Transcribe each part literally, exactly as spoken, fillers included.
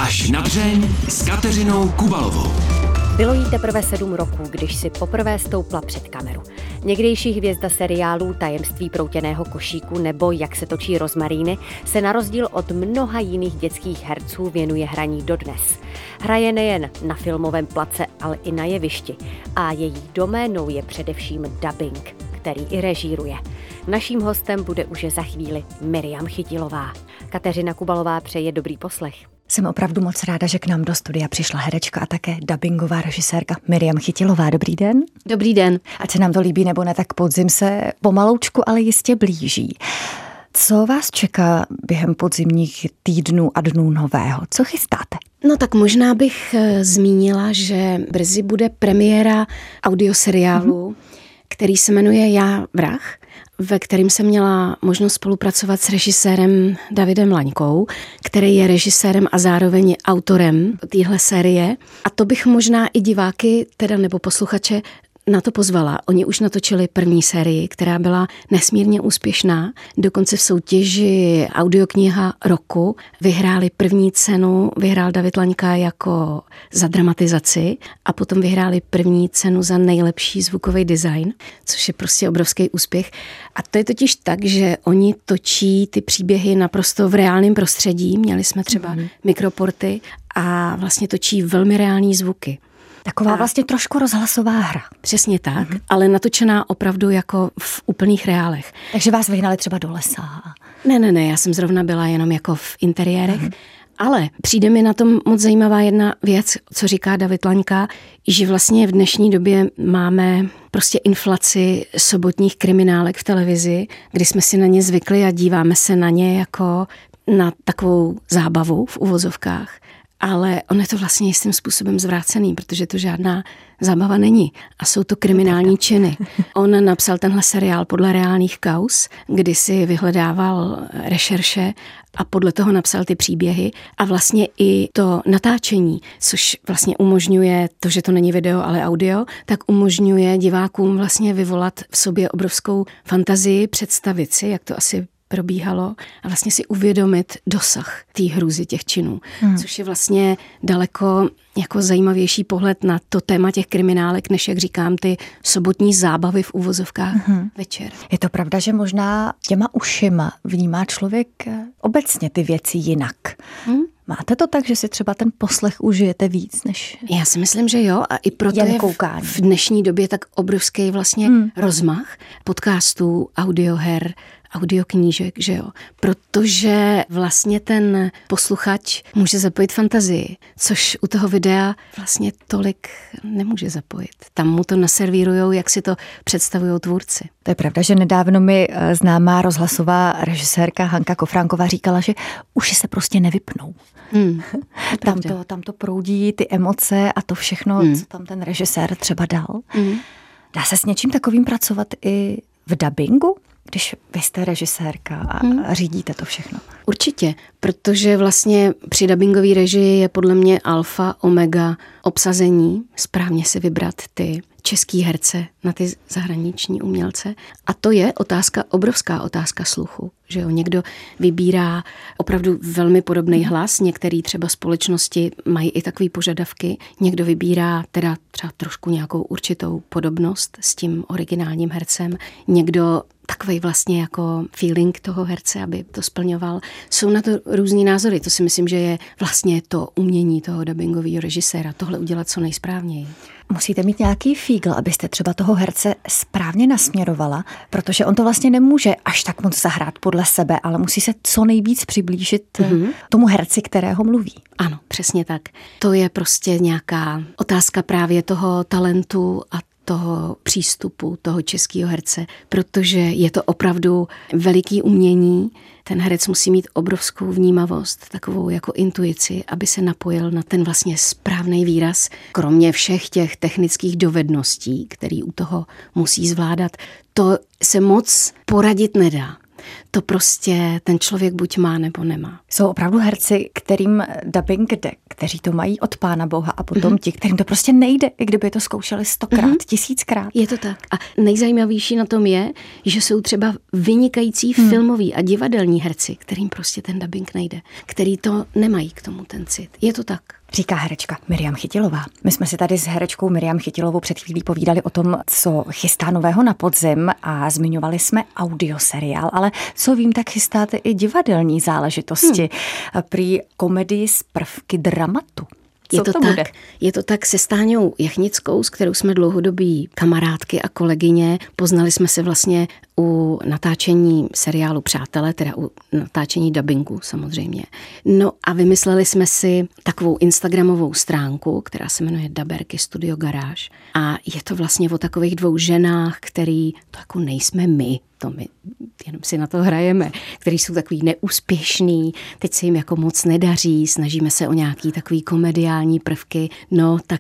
Až na dřeň s Kateřinou Kubalovou. Bylo jí teprve sedm roků, když si poprvé stoupla před kameru. Někdejší hvězda seriálů Tajemství proutěného košíku nebo Jak se točí rozmaríny se na rozdíl od mnoha jiných dětských herců věnuje hraní dodnes. Hraje nejen na filmovém place, ale i na jevišti. A její doménou je především dabing, který i režíruje. Naším hostem bude už za chvíli Miriam Chytilová. Kateřina Kubalová přeje dobrý poslech. Jsem opravdu moc ráda, že k nám do studia přišla herečka a také dabingová režisérka Miriam Chytilová. Dobrý den. Dobrý den. Ať se nám to líbí nebo ne, tak podzim se pomaloučku, ale jistě blíží. Co vás čeká během podzimních týdnů a dnů nového? Co chystáte? No tak možná bych zmínila, že brzy bude premiéra audioseriálu, mm-hmm. který se jmenuje Já vrah, ve kterém jsem měla možnost spolupracovat s režisérem Davidem Laňkou, který je režisérem a zároveň autorem téhle série. A to bych možná i diváky, teda nebo posluchače, na to pozvala. Oni už natočili první sérii, která byla nesmírně úspěšná. Dokonce v soutěži Audiokniha roku vyhráli první cenu, vyhrál David Laňka jako za dramatizaci a potom vyhráli první cenu za nejlepší zvukový design, což je prostě obrovský úspěch. A to je totiž tak, že oni točí ty příběhy naprosto v reálném prostředí. Měli jsme třeba mm. mikroporty a vlastně točí velmi reální zvuky. Taková vlastně trošku rozhlasová hra. Přesně tak, mm-hmm. ale natočená opravdu jako v úplných reálech. Takže vás vyhnali třeba do lesa? Ne, ne, ne, já jsem zrovna byla jenom jako v interiérech, mm-hmm. ale přijde mi na tom moc zajímavá jedna věc, co říká David Laňka, že vlastně v dnešní době máme prostě inflaci sobotních kriminálek v televizi, kdy jsme si na ně zvykli a díváme se na ně jako na takovou zábavu v uvozovkách. Ale on je to vlastně jistým způsobem zvrácený, protože to žádná zábava není. A jsou to kriminální činy. On napsal tenhle seriál podle reálných kauz, kdy si vyhledával rešerše a podle toho napsal ty příběhy. A vlastně i to natáčení, což vlastně umožňuje to, že to není video, ale audio, tak umožňuje divákům vlastně vyvolat v sobě obrovskou fantazii, představit si, jak to asi probíhalo a vlastně si uvědomit dosah té hrůzy těch činů, hmm. což je vlastně daleko jako zajímavější pohled na to téma těch kriminálek, než jak říkám, ty sobotní zábavy v uvozovkách hmm. večer. Je to pravda, že možná těma ušima vnímá člověk obecně ty věci jinak. Hmm. Máte to tak, že si třeba ten poslech užijete víc než Já si myslím, že jo, a i proto je v, v dnešní době tak obrovský vlastně hmm. rozmach podcastů, audioher, audioknížek, že jo. Protože vlastně ten posluchač může zapojit fantazii, což u toho videa vlastně tolik nemůže zapojit. Tam mu to naservírujou, jak si to představují tvůrci. To je pravda, že nedávno mi známá rozhlasová režisérka Hanka Kofránková říkala, že uši se prostě nevypnou. Hmm, tam, to, tam to proudí ty emoce a to všechno, hmm. co tam ten režisér třeba dal. Hmm. Dá se s něčím takovým pracovat i v dabingu? Když vy jste režisérka a hmm. řídíte to všechno. Určitě, protože vlastně při dabingové režii je podle mě alfa, omega obsazení, správně si vybrat ty český herce na ty zahraniční umělce. A to je otázka, obrovská otázka sluchu, že jo, někdo vybírá opravdu velmi podobný hlas, některé třeba společnosti mají i takové požadavky, někdo vybírá teda třeba trošku nějakou určitou podobnost s tím originálním hercem, někdo takovej vlastně jako feeling toho herce, aby to splňoval. Jsou na to různý názory, to si myslím, že je vlastně to umění toho dabingového režiséra, tohle udělat co nejsprávněji. Musíte mít nějaký fígl, abyste třeba toho herce správně nasměrovala, protože on to vlastně nemůže až tak moc zahrát podle sebe, ale musí se co nejvíc přiblížit mm-hmm. tomu herci, kterého mluví. Ano, přesně tak. To je prostě nějaká otázka právě toho talentu a toho přístupu toho českého herce, protože je to opravdu veliký umění. Ten herec musí mít obrovskou vnímavost, takovou jako intuici, aby se napojil na ten vlastně správný výraz. Kromě všech těch technických dovedností, který u toho musí zvládat, to se moc poradit nedá. To prostě ten člověk buď má, nebo nemá. Jsou opravdu herci, kterým dabing jde, kteří to mají od Pána Boha a potom mm-hmm. ti, kterým to prostě nejde, i kdyby to zkoušeli stokrát, mm-hmm. tisíckrát. Je to tak. A nejzajímavější na tom je, že jsou třeba vynikající hmm. filmoví a divadelní herci, kterým prostě ten dabing nejde, který to nemají k tomu ten cit. Je to tak. Říká herečka Miriam Chytilová. My jsme si tady s herečkou Miriam Chytilovou před chvílí povídali o tom, co chystá nového na podzim a zmiňovali jsme audioseriál, ale co vím, tak chystáte i divadelní záležitosti. Hmm. Prý komedii z prvky dramatu. Je to, to tak, bude? je to tak se Stáňou Jachnickou, s kterou jsme dlouhodobí kamarádky a kolegyně. Poznali jsme se vlastně u natáčení seriálu Přátelé, teda u natáčení dabingu samozřejmě. No a vymysleli jsme si takovou instagramovou stránku, která se jmenuje Daberky Studio Garáž. A je to vlastně o takových dvou ženách, který, to jako nejsme my, to my jenom si na to hrajeme, který jsou takový neúspěšný, teď se jim jako moc nedaří, snažíme se o nějaký takový komediální prvky, no tak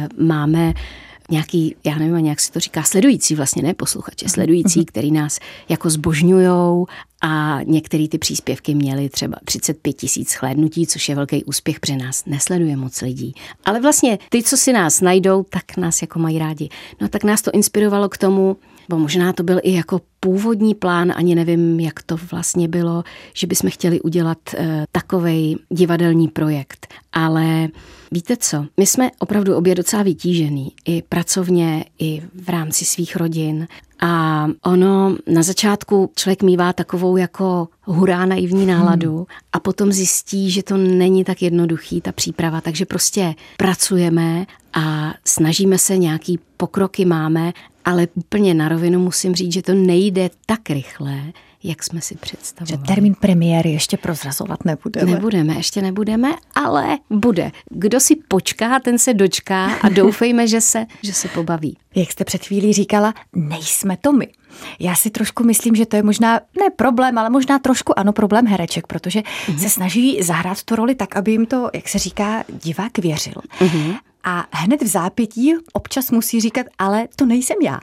máme nějaký, já nevím, nějak se to říká, sledující vlastně, ne posluchače, sledující, který nás jako zbožňujou a některé ty příspěvky měly třeba třicet pět tisíc shlédnutí, což je velký úspěch, protože nás nesleduje moc lidí. Ale vlastně ty, co si nás najdou, tak nás jako mají rádi. No tak nás to inspirovalo k tomu, bo možná to byl i jako původní plán, ani nevím, jak to vlastně bylo, že bychom chtěli udělat e, takovej divadelní projekt. Ale víte co, my jsme opravdu obě docela vytížený, i pracovně, i v rámci svých rodin. A ono na začátku člověk mívá takovou jako hurá naivní náladu hmm. a potom zjistí, že to není tak jednoduchý, ta příprava. Takže prostě pracujeme a snažíme se, nějaký pokroky máme, ale úplně na rovinu musím říct, že to nejde tak rychle, jak jsme si představovali. Že termín premiéry ještě prozrazovat nebudeme. Nebudeme, ještě nebudeme, ale bude. Kdo si počká, ten se dočká a doufejme, že se, že se pobaví. Jak jste před chvílí říkala, nejsme to my. Já si trošku myslím, že to je možná ne problém, ale možná trošku ano problém hereček, protože mm-hmm. se snaží zahrát tu roli tak, aby jim to, jak se říká, divák věřil. Mm-hmm. A hned v zápětí občas musí říkat, ale to nejsem já.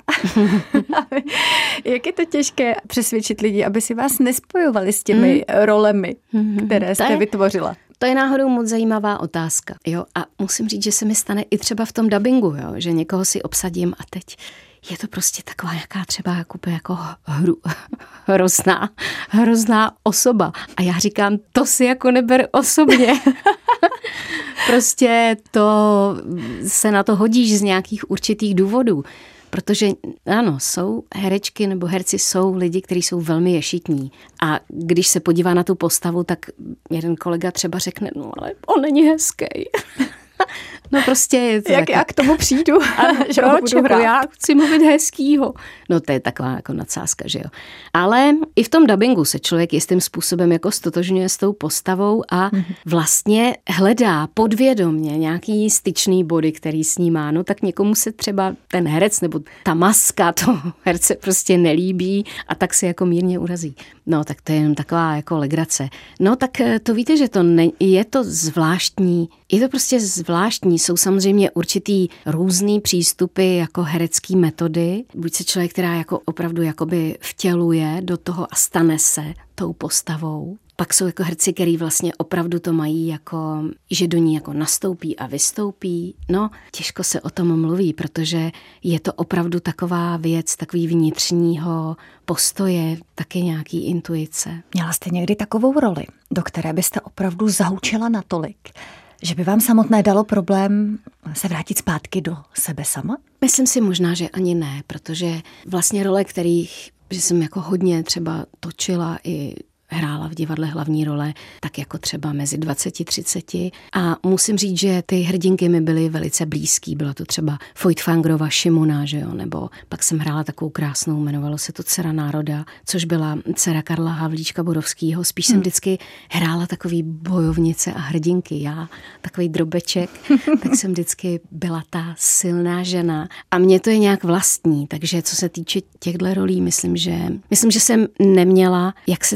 Jak je to těžké přesvědčit lidi, aby si vás nespojovali s těmi mm. rolemi, které jste je, vytvořila? To je náhodou moc zajímavá otázka. Jo? A musím říct, že se mi stane i třeba v tom dabingu, jo? Že někoho si obsadím a teď je to prostě taková jaká třeba jako, jako hru, hrozná, hrozná osoba. A já říkám, to si jako neber osobně. Prostě to se na to hodíš z nějakých určitých důvodů. Protože ano, jsou herečky nebo herci, jsou lidi, kteří jsou velmi ješitní. A když se podívá na tu postavu, tak jeden kolega třeba řekne, no ale on není hezký. No prostě je to Jak tak... já k tomu přijdu, a že ho budu hrát. Já chci mluvit hezkýho. No to je taková jako nadsázka, že jo. Ale i v tom dabingu se člověk jistým způsobem jako stotožňuje s tou postavou a vlastně hledá podvědomě nějaký styčný body, který s ní má. No tak někomu se třeba ten herec nebo ta maska toho herce prostě nelíbí a tak se jako mírně urazí. No tak to je jenom taková jako legrace. No tak to víte, že to ne, je to zvláštní, je to prostě zvláštní. Jsou samozřejmě určitý různý přístupy jako herecký metody. Buď se člověk, která jako opravdu jakoby vtěluje do toho a stane se tou postavou. Pak jsou jako herci, který vlastně opravdu to mají jako, že do ní jako nastoupí a vystoupí. No, těžko se o tom mluví, protože je to opravdu taková věc, takový vnitřního postoje, taky nějaký intuice. Měla jste někdy takovou roli, do které byste opravdu zahučela natolik, že by vám samotné dalo problém se vrátit zpátky do sebe sama? Myslím si možná, že ani ne, protože vlastně role, kterých že jsem jako hodně třeba točila i hrála v divadle hlavní role, tak jako třeba mezi dvaceti třiceti. A musím říct, že ty hrdinky mi byly velice blízký. Byla to třeba Vojtfangrova Šimona, že jo, nebo pak jsem hrála takovou krásnou, jmenovalo se to Dcera národa, což byla dcera Karla Havlíčka Borovskýho. Spíš hmm. jsem vždycky hrála takový bojovnice a hrdinky. Já, takový drobeček, tak jsem vždycky byla ta silná žena. A mně to je nějak vlastní, takže co se týče těchto rolí, myslím, že myslím, že jsem neměla, jak se tomu říká,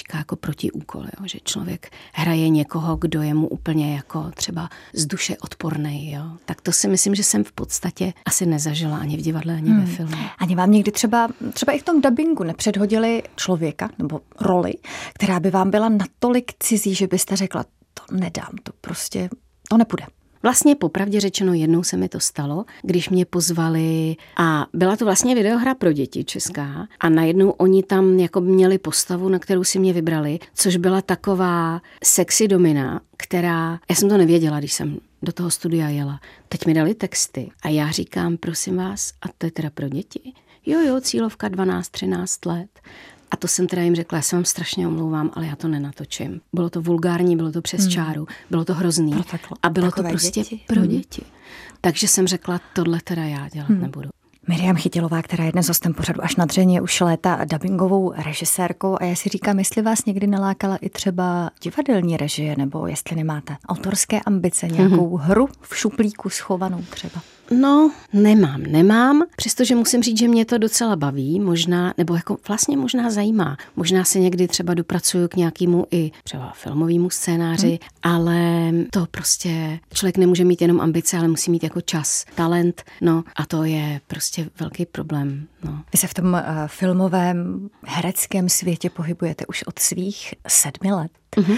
říká jako protiúkol, jo? Že člověk hraje někoho, kdo je mu úplně jako třeba z duše odpornej. Jo? Tak to si myslím, že jsem v podstatě asi nezažila ani v divadle, ani hmm. ve filmu. Ani vám někdy třeba, třeba i v tom dabingu nepředhodili člověka nebo roli, která by vám byla natolik cizí, že byste řekla, to nedám, to prostě, to nepůjde. Vlastně popravdě řečeno, jednou se mi to stalo, když mě pozvali a byla to vlastně videohra pro děti česká a najednou oni tam jako měli postavu, na kterou si mě vybrali, což byla taková sexy domina, která, já jsem to nevěděla, když jsem do toho studia jela. Teď mi dali texty a já říkám, prosím vás, a to je teda pro děti? Jo, jo, cílovka dvanáct třináct let. A to jsem teda jim řekla, já se vám strašně omlouvám, ale já to nenatočím. Bylo to vulgární, bylo to přes čáru, bylo to hrozný a bylo to prostě děti. pro děti. Takže jsem řekla, tohle teda já dělat hmm. nebudu. Miriam Chytilová, která je dnes hostem pořadu Až na dřeň, je už léta dabingovou režisérkou a já si říkám, jestli vás někdy nalákala i třeba divadelní režie, nebo jestli nemáte autorské ambice, nějakou hmm. hru v šuplíku schovanou třeba. No, nemám, nemám, přestože musím říct, že mě to docela baví, možná, nebo jako vlastně možná zajímá. Možná se někdy třeba dopracuju k nějakému i třeba filmovému scénáři, hmm. ale to prostě člověk nemůže mít jenom ambice, ale musí mít jako čas, talent, no a to je prostě velký problém. No. Vy se v tom uh, filmovém hereckém světě pohybujete už od svých sedmi let. Hmm.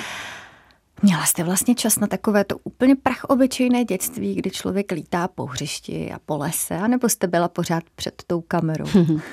Měla jste vlastně čas na takové to úplně prachobyčejné dětství, kdy člověk lítá po hřišti a po lese, anebo jste byla pořád před tou kamerou?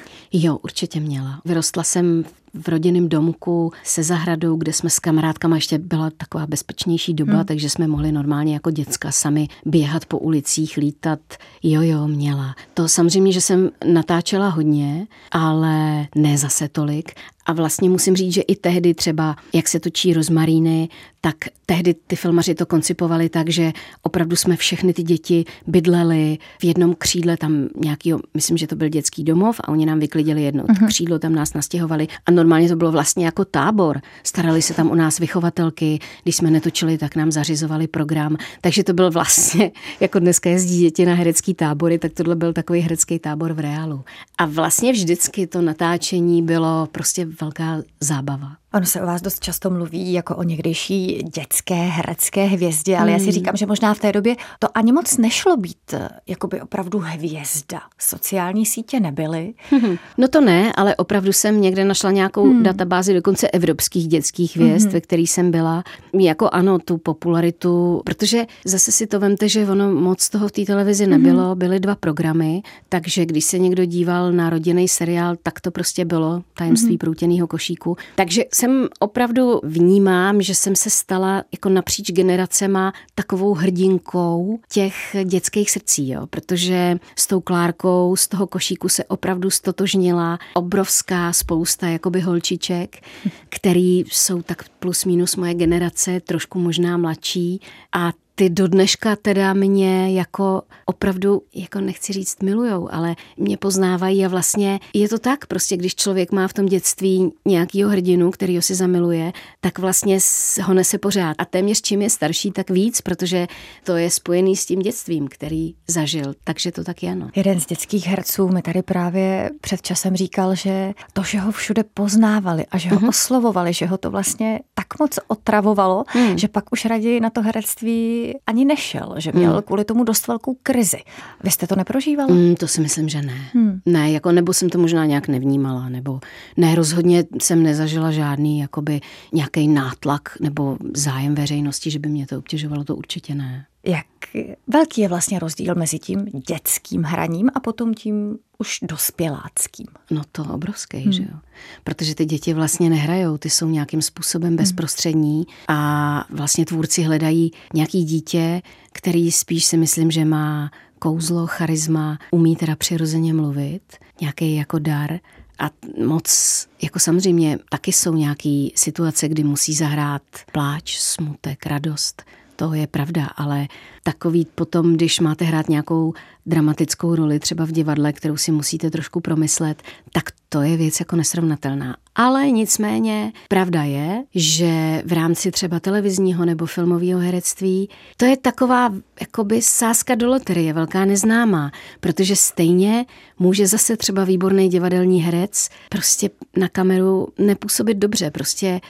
Jo, určitě měla. Vyrostla jsem v rodinném domku se zahradou, kde jsme s kamarádkama, ještě byla taková bezpečnější doba, hmm. takže jsme mohli normálně jako děcka sami běhat po ulicích, lítat. Jo, jo, měla. To samozřejmě, že jsem natáčela hodně, ale ne zase tolik. A vlastně musím říct, že i tehdy třeba, jak se točí Rozmaríny, tak tehdy ty filmaři to koncipovali tak, že opravdu jsme všechny ty děti bydleli v jednom křídle, tam nějakýho, myslím, že to byl dětský domov a oni nám vyklidili jedno uh-huh. křídlo, tam nás nastěhovali a normálně to bylo vlastně jako tábor. Starali se tam o nás vychovatelky, když jsme netočili, tak nám zařizovali program, takže to byl vlastně, jako dneska jezdí děti na herecký tábory, tak tohle byl takový herecký tábor v reálu. A vlastně vždycky to natáčení bylo prostě velká zábava. Ono se o vás dost často mluví jako o někdejší dětské herecké hvězdě, ale hmm. já si říkám, že možná v té době to ani moc nešlo být jakoby opravdu hvězda. Sociální sítě nebyly. Hmm. No to ne, ale opravdu jsem někde našla nějakou hmm. databázi dokonce evropských dětských hvězd, hmm. ve který jsem byla. Jako ano, tu popularitu, protože zase si to vemte, že ono moc toho v té televizi nebylo, hmm. byly dva programy, takže když se někdo díval na rodinný seriál, tak to prostě bylo Tajemství hmm. proutěného košíku. Takže jsem opravdu vnímám, že jsem se stala jako napříč generacema takovou hrdinkou těch dětských srdcí, jo? Protože s tou Klárkou z toho košíku se opravdu stotožnila obrovská spousta jakoby holčiček, který jsou tak plus minus moje generace, trošku možná mladší a ty do dneška teda mě jako opravdu, jako nechci říct milujou, ale mě poznávají a vlastně je to tak, prostě když člověk má v tom dětství nějakýho hrdinu, kterýho si zamiluje, tak vlastně ho nese pořád. A téměř čím je starší, tak víc, protože to je spojený s tím dětstvím, který zažil. Takže to tak je, no. Jeden z dětských herců mi tady právě před časem říkal, že to, že ho všude poznávali a že ho uh-huh. oslovovali, že ho to vlastně tak moc otravovalo, hmm. že pak už raději na to herectví ani nešel, že měl hmm. kvůli tomu dost velkou krizi. Vy jste to neprožívala? Hmm, to si myslím, že ne. Hmm. Ne, jako nebo jsem to možná nějak nevnímala, nebo ne, rozhodně jsem nezažila žádný jakoby nějaký nátlak nebo zájem veřejnosti, že by mě to obtěžovalo, to určitě ne. Jak velký je vlastně rozdíl mezi tím dětským hraním a potom tím už dospěláckým? No to obrovský, hmm. že jo. Protože ty děti vlastně nehrajou, ty jsou nějakým způsobem bezprostřední a vlastně tvůrci hledají nějaký dítě, který spíš si myslím, že má kouzlo, charisma, umí teda přirozeně mluvit, nějaký jako dar. A moc, jako samozřejmě, taky jsou nějaké situace, kdy musí zahrát pláč, smutek, radost. To je pravda, ale takový potom, když máte hrát nějakou dramatickou roli, třeba v divadle, kterou si musíte trošku promyslet, tak to je věc jako nesrovnatelná. Ale nicméně pravda je, že v rámci třeba televizního nebo filmového herectví to je taková jakoby sázka do loterie, velká neznámá, protože stejně může zase třeba výborný divadelní herec prostě na kameru nepůsobit dobře, prostě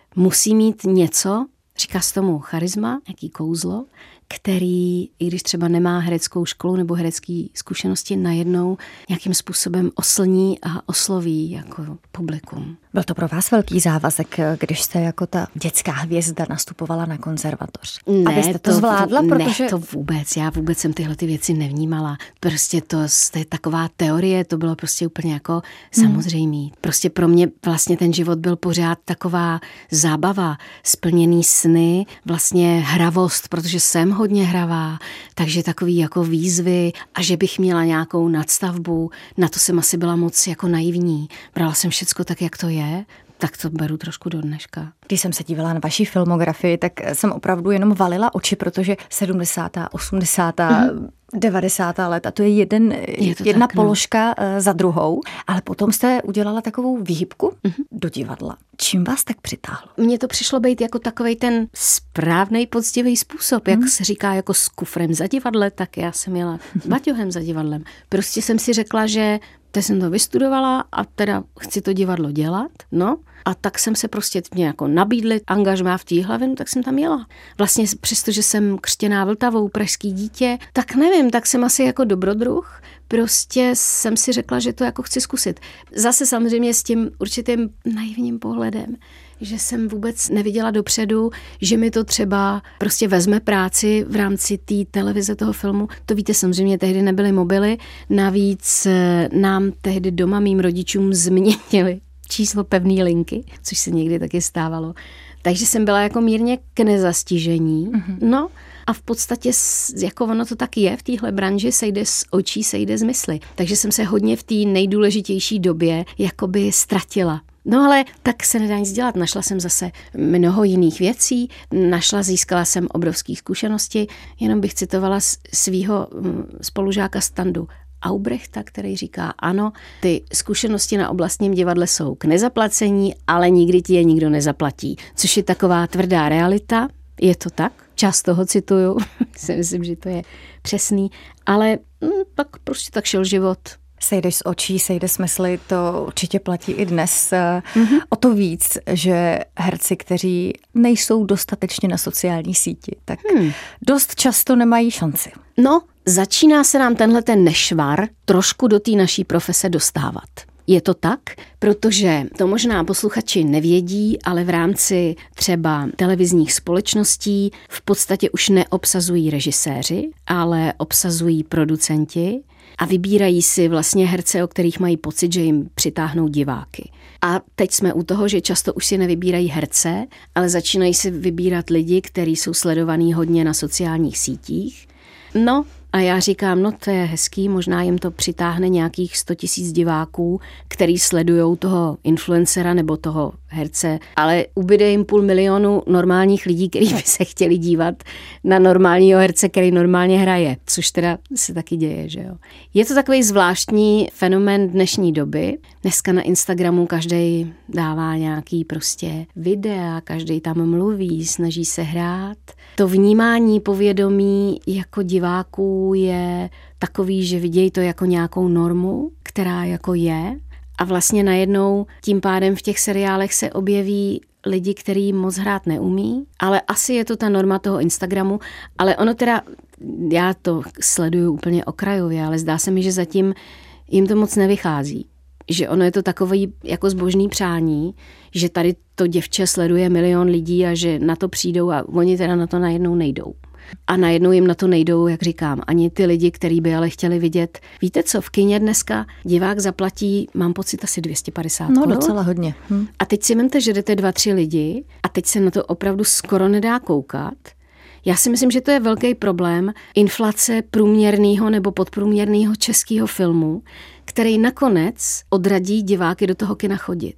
musí mít něco, říká se tomu charisma, nějaký kouzlo, který, i když třeba nemá hereckou školu nebo herecké zkušenosti, najednou nějakým způsobem oslní a osloví jako publikum. Byl to pro vás velký závazek, když jste jako ta dětská hvězda nastupovala na konzervatoř? Ne, abyste to, to zvládla, protože... Ne, to vůbec. Já vůbec jsem tyhle ty věci nevnímala. Prostě to, to je taková teorie, to bylo prostě úplně jako samozřejmý. Hmm. Prostě pro mě vlastně ten život byl pořád taková zábava, splněný sny, vlastně hravost, protože jsem hodně hravá, takže takový jako výzvy a že bych měla nějakou nadstavbu, na to jsem asi byla moc jako naivní. Brala jsem všecko tak, jak to je, tak to beru trošku do dneška. Když jsem se dívala na vaší filmografii, tak jsem opravdu jenom valila oči, protože sedmdesátá, osmdesátá Mm-hmm. devadesátá let a to je, jeden, je to jedna tak, položka no. za druhou, ale potom jste udělala takovou výhybku mm-hmm. do divadla. Čím vás tak přitáhlo? Mně to přišlo být jako takovej ten správnej, poctivý způsob, jak mm. se říká jako s kufrem za divadle, tak já jsem jela baťohem za divadlem. Prostě jsem si řekla, že teď jsem to vystudovala a teda chci to divadlo dělat, no. A tak jsem se prostě mě jako nabídli angažmá v té hlavě, no tak jsem tam jela. Vlastně přestože jsem křtěná Vltavou, pražský dítě, tak nevím, tak jsem asi jako dobrodruh. Prostě jsem si řekla, že to jako chci zkusit. Zase samozřejmě s tím určitým naivním pohledem, že jsem vůbec neviděla dopředu, že mi to třeba prostě vezme práci v rámci té televize toho filmu. To víte, samozřejmě tehdy nebyly mobily, navíc nám tehdy doma mým rodičům změnili číslo pevné linky, což se někdy taky stávalo. Takže jsem byla jako mírně k nezastižení. Mm-hmm. No a v podstatě, jako ono to tak je v téhle branži, sejde z očí, sejde z mysli. Takže jsem se hodně v té nejdůležitější době jakoby ztratila. No ale tak se nedá nic dělat. Našla jsem zase mnoho jiných věcí, našla, získala jsem obrovské zkušenosti, jenom bych citovala svýho spolužáka Standu Aubrechta, který říká, ano, ty zkušenosti na oblastním divadle jsou k nezaplacení, ale nikdy ti je nikdo nezaplatí. Což je taková tvrdá realita, je to tak, často ho cituju, si myslím, že to je přesný, ale hm, pak prostě tak šel život. Sejdeš z očí, sejde s mysli, to určitě platí i dnes. Mm-hmm. O to víc, že herci, kteří nejsou dostatečně na sociální síti, tak hmm. dost často nemají šanci. No, začíná se nám tenhle ten nešvar trošku do té naší profese dostávat. Je to tak, protože to možná posluchači nevědí, ale v rámci třeba televizních společností v podstatě už neobsazují režiséři, ale obsazují producenti a vybírají si vlastně herce, o kterých mají pocit, že jim přitáhnou diváky. A teď jsme u toho, že často už si nevybírají herce, ale začínají si vybírat lidi, kteří jsou sledovaní hodně na sociálních sítích. No, a já říkám, no to je hezký, možná jim to přitáhne nějakých sto tisíc diváků, který sledujou toho influencera nebo toho herce, ale ubyde jim půl milionu normálních lidí, kteří by se chtěli dívat na normálního herce, který normálně hraje, což teda se taky děje, že jo. Je to takový zvláštní fenomén dnešní doby. Dneska na Instagramu každý dává nějaký prostě videa, každý tam mluví, snaží se hrát. To vnímání povědomí jako diváků je takový, že vidějí to jako nějakou normu, která jako je. A vlastně najednou tím pádem v těch seriálech se objeví lidi, kteří moc hrát neumí, ale asi je to ta norma toho Instagramu, ale ono teda, já to sleduju úplně okrajově, ale zdá se mi, že zatím jim to moc nevychází. Že ono je to takový jako zbožný přání, že tady to děvče sleduje milion lidí a že na to přijdou a oni teda na to najednou nejdou. A najednou jim na to nejdou, jak říkám, ani ty lidi, kteří by ale chtěli vidět. Víte co, v kině dneska divák zaplatí, mám pocit, asi dvě stě padesát No korun. docela hodně. Hm. A teď si vemte, že jdete dva, tři lidi a teď se na to opravdu skoro nedá koukat. Já si myslím, že to je velký problém inflace průměrného nebo podprůměrného českého filmu, který nakonec odradí diváky do toho kina chodit.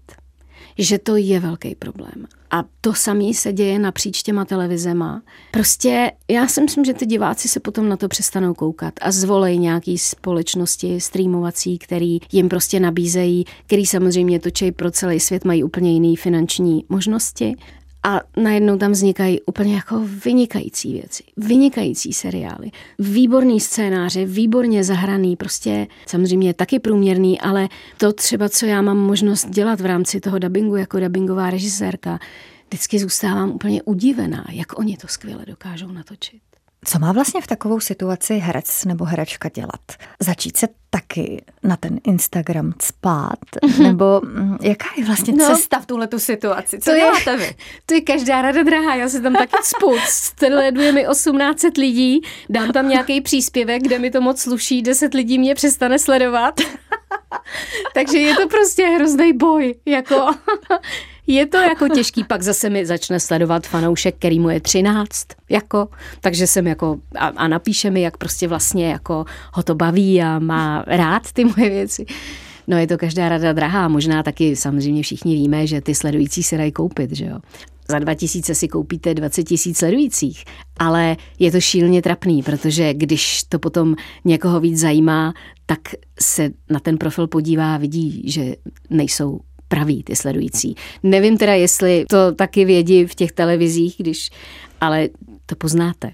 Že to je velký problém. A to samé se děje napříč těma televizema. Prostě já si myslím, že ty diváci se potom na to přestanou koukat a zvolej nějaký společnosti streamovací, který jim prostě nabízejí, který samozřejmě točí pro celý svět, mají úplně jiné finanční možnosti. A najednou tam vznikají úplně jako vynikající věci, vynikající seriály, výborný scénáře, výborně zahraný, prostě samozřejmě taky průměrný, ale to třeba, co já mám možnost dělat v rámci toho dabingu jako dabingová režisérka, vždycky zůstávám úplně udivená, jak oni to skvěle dokážou natočit. Co má vlastně v takovou situaci herec nebo herečka dělat? Začít se taky na ten Instagram cpát? Nebo jaká je vlastně no, cesta v tuhletu situaci? Co to děláte je, vy? To je každá rada drahá, já se tam taky cpu. Sleduje mi osmnáct set lidí, dám tam nějaký příspěvek, kde mi to moc sluší, deset lidí mě přestane sledovat. Takže je to prostě hrozný boj. Jako... Je to jako těžký, pak zase mi začne sledovat fanoušek, který mu je třináct, jako, takže jsem jako, a, a napíše mi, jak prostě vlastně jako ho to baví a má rád ty moje věci. No je to každá rada drahá, možná taky samozřejmě všichni víme, že ty sledující se dají koupit, že jo. Za dva tisíce si koupíte dvacet tisíc sledujících, ale je to šíleně trapný, protože když to potom někoho víc zajímá, tak se na ten profil podívá a vidí, že nejsou praví ty sledující. Nevím teda, jestli to taky vědí v těch televizích, když, ale to poznáte.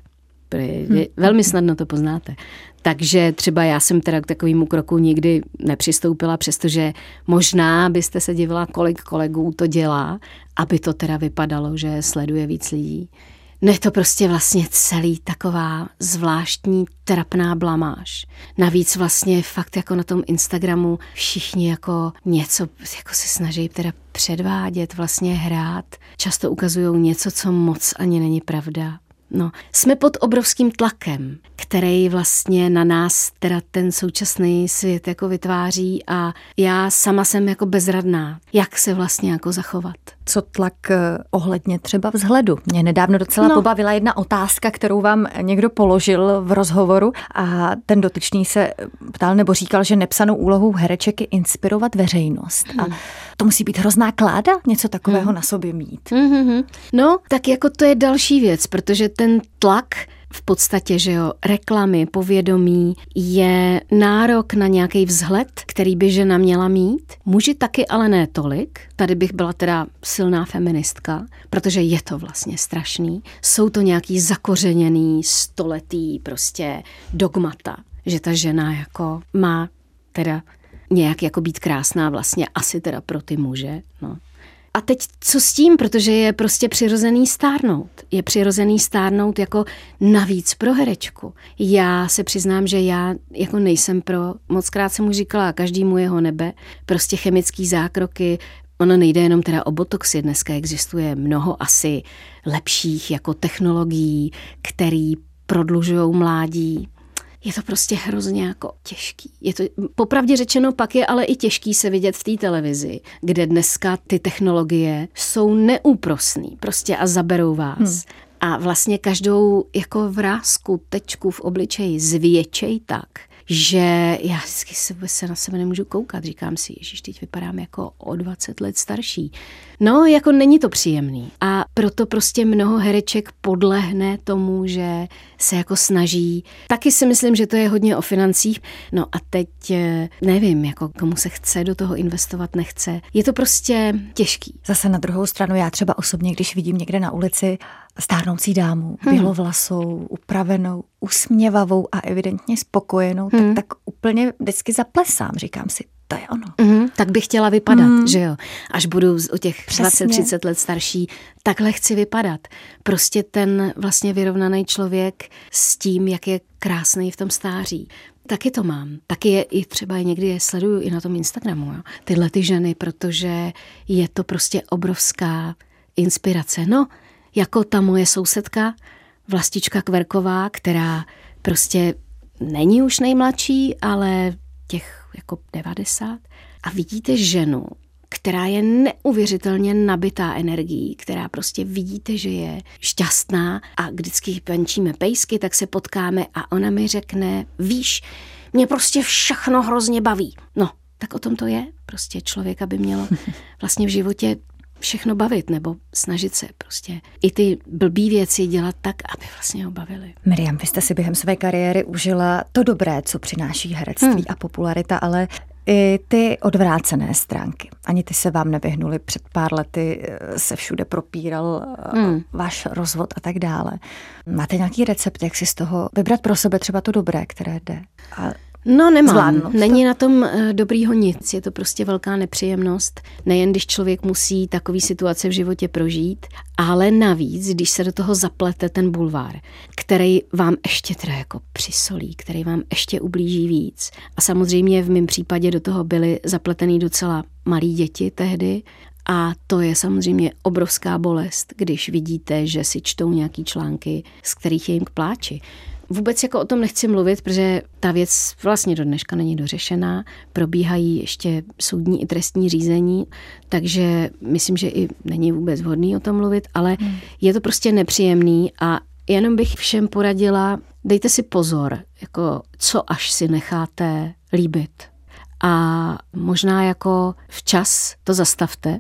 Velmi snadno to poznáte. Takže třeba já jsem teda k takovému kroku nikdy nepřistoupila, přestože možná byste se divila, kolik kolegů to dělá, aby to teda vypadalo, že sleduje víc lidí. No je to prostě vlastně celý taková zvláštní trapná blamáž. Navíc vlastně fakt jako na tom Instagramu všichni jako něco jako se snaží teda předvádět, vlastně hrát. Často ukazují něco, co moc ani není pravda. No, jsme pod obrovským tlakem, který vlastně na nás teda ten současný svět jako vytváří a já sama jsem jako bezradná, jak se vlastně jako zachovat. Co tlak ohledně třeba vzhledu? Mě nedávno docela no. pobavila jedna otázka, kterou vám někdo položil v rozhovoru a ten dotyčný se ptal nebo říkal, že nepsanou úlohou hereček je inspirovat veřejnost. Hmm. A to musí být hrozná kláda něco takového hmm. na sobě mít. Hmm. No, tak jako to je další věc, protože ten tlak v podstatě, že jo, reklamy, povědomí je nárok na nějaký vzhled, který by žena měla mít. Muži taky, ale ne tolik. Tady bych byla teda silná feministka, protože je to vlastně strašný. Jsou to nějaký zakořeněný, stoletý prostě dogmata, že ta žena jako má teda nějak jako být krásná vlastně asi teda pro ty muže, no. A teď co s tím, protože je prostě přirozený stárnout. Je přirozený stárnout jako navíc pro herečku. Já se přiznám, že já jako nejsem pro, mockrát jsem mu říkala, každému jeho nebe, prostě chemický zákroky, ono nejde jenom teda o botoxy, dneska existuje mnoho asi lepších jako technologií, který prodlužují mládí. Je to prostě hrozně jako těžký. Je to, popravdě řečeno, pak je ale i těžký se vidět v té televizi, kde dneska ty technologie jsou neúprosný prostě a zaberou vás. Hmm. A vlastně každou jako vrásku, tečku v obličeji zvětšej tak, že já vždycky se na sebe nemůžu koukat. Říkám si, ježiš, teď vypadám jako o dvacet let starší. No, jako není to příjemný. A proto prostě mnoho hereček podlehne tomu, že se jako snaží. Taky si myslím, že to je hodně o financích. No a teď nevím, jako komu se chce do toho investovat, nechce. Je to prostě těžký. Zase na druhou stranu já třeba osobně, když vidím někde na ulici stárnoucí dámu, hmm. bělovlasou, upravenou, usměvavou a evidentně spokojenou, hmm. tak, tak úplně vždycky zaplesám, říkám si, to je ono. Mm, tak bych chtěla vypadat, mm. že jo. Až budu o těch dvacet třicet let starší, takhle chci vypadat. Prostě ten vlastně vyrovnaný člověk s tím, jak je krásný v tom stáří. Taky to mám. Taky je i třeba někdy je sleduju i na tom Instagramu, jo. Tyhle ty ženy, protože je to prostě obrovská inspirace. No, jako ta moje sousedka, Vlastička Kverková, která prostě není už nejmladší, ale těch jako devadesát. A vidíte ženu, která je neuvěřitelně nabitá energií, která prostě vidíte, že je šťastná a vždycky venčíme pejsky, tak se potkáme a ona mi řekne, víš, mě prostě všechno hrozně baví. No, tak o tom to je. Prostě člověka by mělo vlastně v životě všechno bavit, nebo snažit se prostě i ty blbý věci dělat tak, aby vlastně ho bavili. Miriam, vy jste si během své kariéry užila to dobré, co přináší herectví hmm. a popularita, ale i ty odvrácené stránky. Ani ty se vám nevyhnuly. Před pár lety se všude propíral hmm. váš rozvod a tak dále. Máte nějaký recept, jak si z toho vybrat pro sebe třeba to dobré, které jde? A No nemám. Zvládnout Není to? Na tom uh, dobrýho nic. Je to prostě velká nepříjemnost. Nejen když člověk musí takový situace v životě prožít, ale navíc, když se do toho zaplete ten bulvár, který vám ještě teda jako přisolí, který vám ještě ublíží víc. A samozřejmě v mém případě do toho byly zapletený docela malí děti tehdy. A to je samozřejmě obrovská bolest, když vidíte, že si čtou nějaký články, z kterých je jim k pláči. Vůbec jako o tom nechci mluvit, protože ta věc vlastně do dneška není dořešená. Probíhají ještě soudní i trestní řízení, takže myslím, že i není vůbec vhodný o tom mluvit, ale hmm. je to prostě nepříjemný a jenom bych všem poradila, dejte si pozor, jako co až si necháte líbit. A možná jako včas to zastavte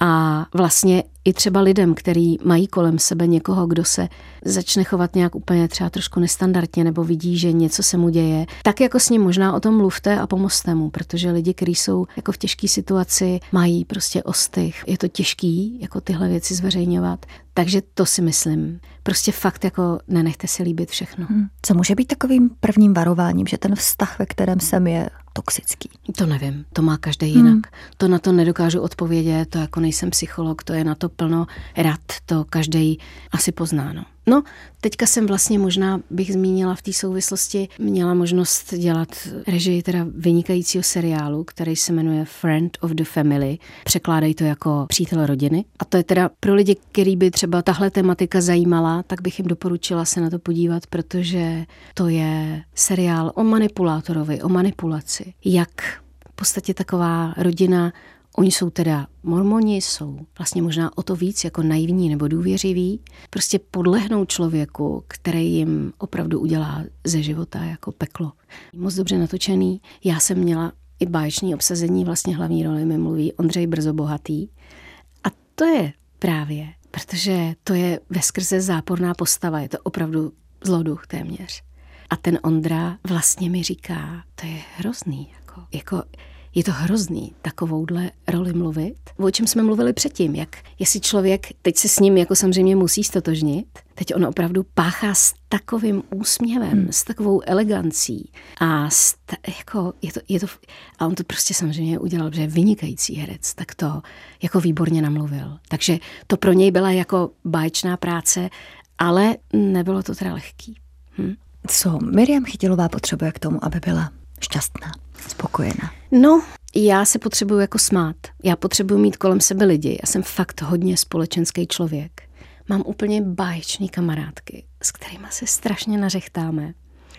a vlastně i třeba lidem, kteří mají kolem sebe někoho, kdo se začne chovat nějak úplně třeba trošku nestandardně nebo vidí, že něco se mu děje, tak jako s ním možná o tom mluvte a pomozte mu, protože lidi, kteří jsou jako v těžké situaci, mají prostě ostych. Je to těžký jako tyhle věci zveřejňovat, takže to si myslím. Prostě fakt jako nenechte si líbit všechno. Hmm. Co může být takovým prvním varováním, že ten vztah, ve kterém jsem, je toxický? To nevím, to má každý jinak. Hmm. To na to nedokážu odpovědět, to jako nejsem psycholog, to je na to plno rad, to každý asi pozná. No. no, teďka jsem vlastně možná bych zmínila v té souvislosti, měla možnost dělat režii teda vynikajícího seriálu, který se jmenuje Friend of the Family. Překládají to jako přítel rodiny. A to je teda pro lidi, který by třeba tahle tematika zajímala, tak bych jim doporučila se na to podívat, protože to je seriál o manipulátorovi, o manipulaci. Jak v podstatě taková rodina. Oni jsou teda mormoni, jsou vlastně možná o to víc jako naivní nebo důvěřiví. Prostě podlehnou člověku, který jim opravdu udělá ze života jako peklo. Moc dobře natočený. Já jsem měla i báječný obsazení, vlastně hlavní roli mi mluví Ondřej Brzobohatý. A to je právě, protože to je veskrze záporná postava, je to opravdu zloduch téměř. A ten Ondra vlastně mi říká, to je hrozný, jako... jako je to hrozný takovouhle roli mluvit. O čem jsme mluvili předtím, jak jestli člověk, teď se s ním jako samozřejmě musí stotožnit, teď on opravdu páchá s takovým úsměvem, hmm. s takovou elegancí a s ta, jako je to, je to, a on to prostě samozřejmě udělal, že je vynikající herec, tak to jako výborně namluvil. Takže to pro něj byla jako báječná práce, ale nebylo to teda lehký. Hm? Co Miriam Chytilová potřebuje k tomu, aby byla šťastná, spokojená? No, já se potřebuju jako smát. Já potřebuju mít kolem sebe lidi. Já jsem fakt hodně společenský člověk. Mám úplně báječný kamarádky, s kterými se strašně nařechtáme.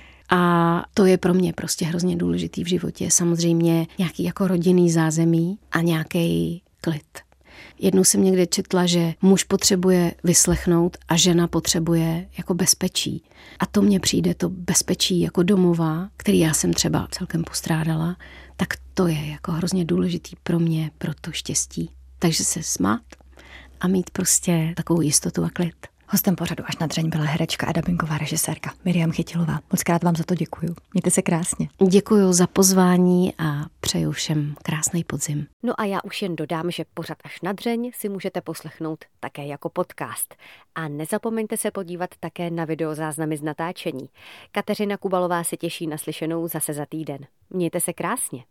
A to je pro mě prostě hrozně důležitý v životě. Samozřejmě nějaký jako rodinný zázemí a nějaký klid. Jednou jsem někde četla, že muž potřebuje vyslechnout a žena potřebuje jako bezpečí. A to mně přijde to bezpečí jako domova, který já jsem třeba celkem postrádala, tak to je jako hrozně důležitý pro mě, pro to štěstí. Takže se smát a mít prostě takovou jistotu a klid. Hostem pořadu Až na dřeň byla herečka a dabingová režisérka Miriam Chytilová. Moc krát vám za to děkuju. Mějte se krásně. Děkuju za pozvání a přeju všem krásný podzim. No a já už jen dodám, že pořad Až na dřeň si můžete poslechnout také jako podcast. A nezapomeňte se podívat také na videozáznamy z natáčení. Kateřina Kubalová se těší na slyšenou zase za týden. Mějte se krásně.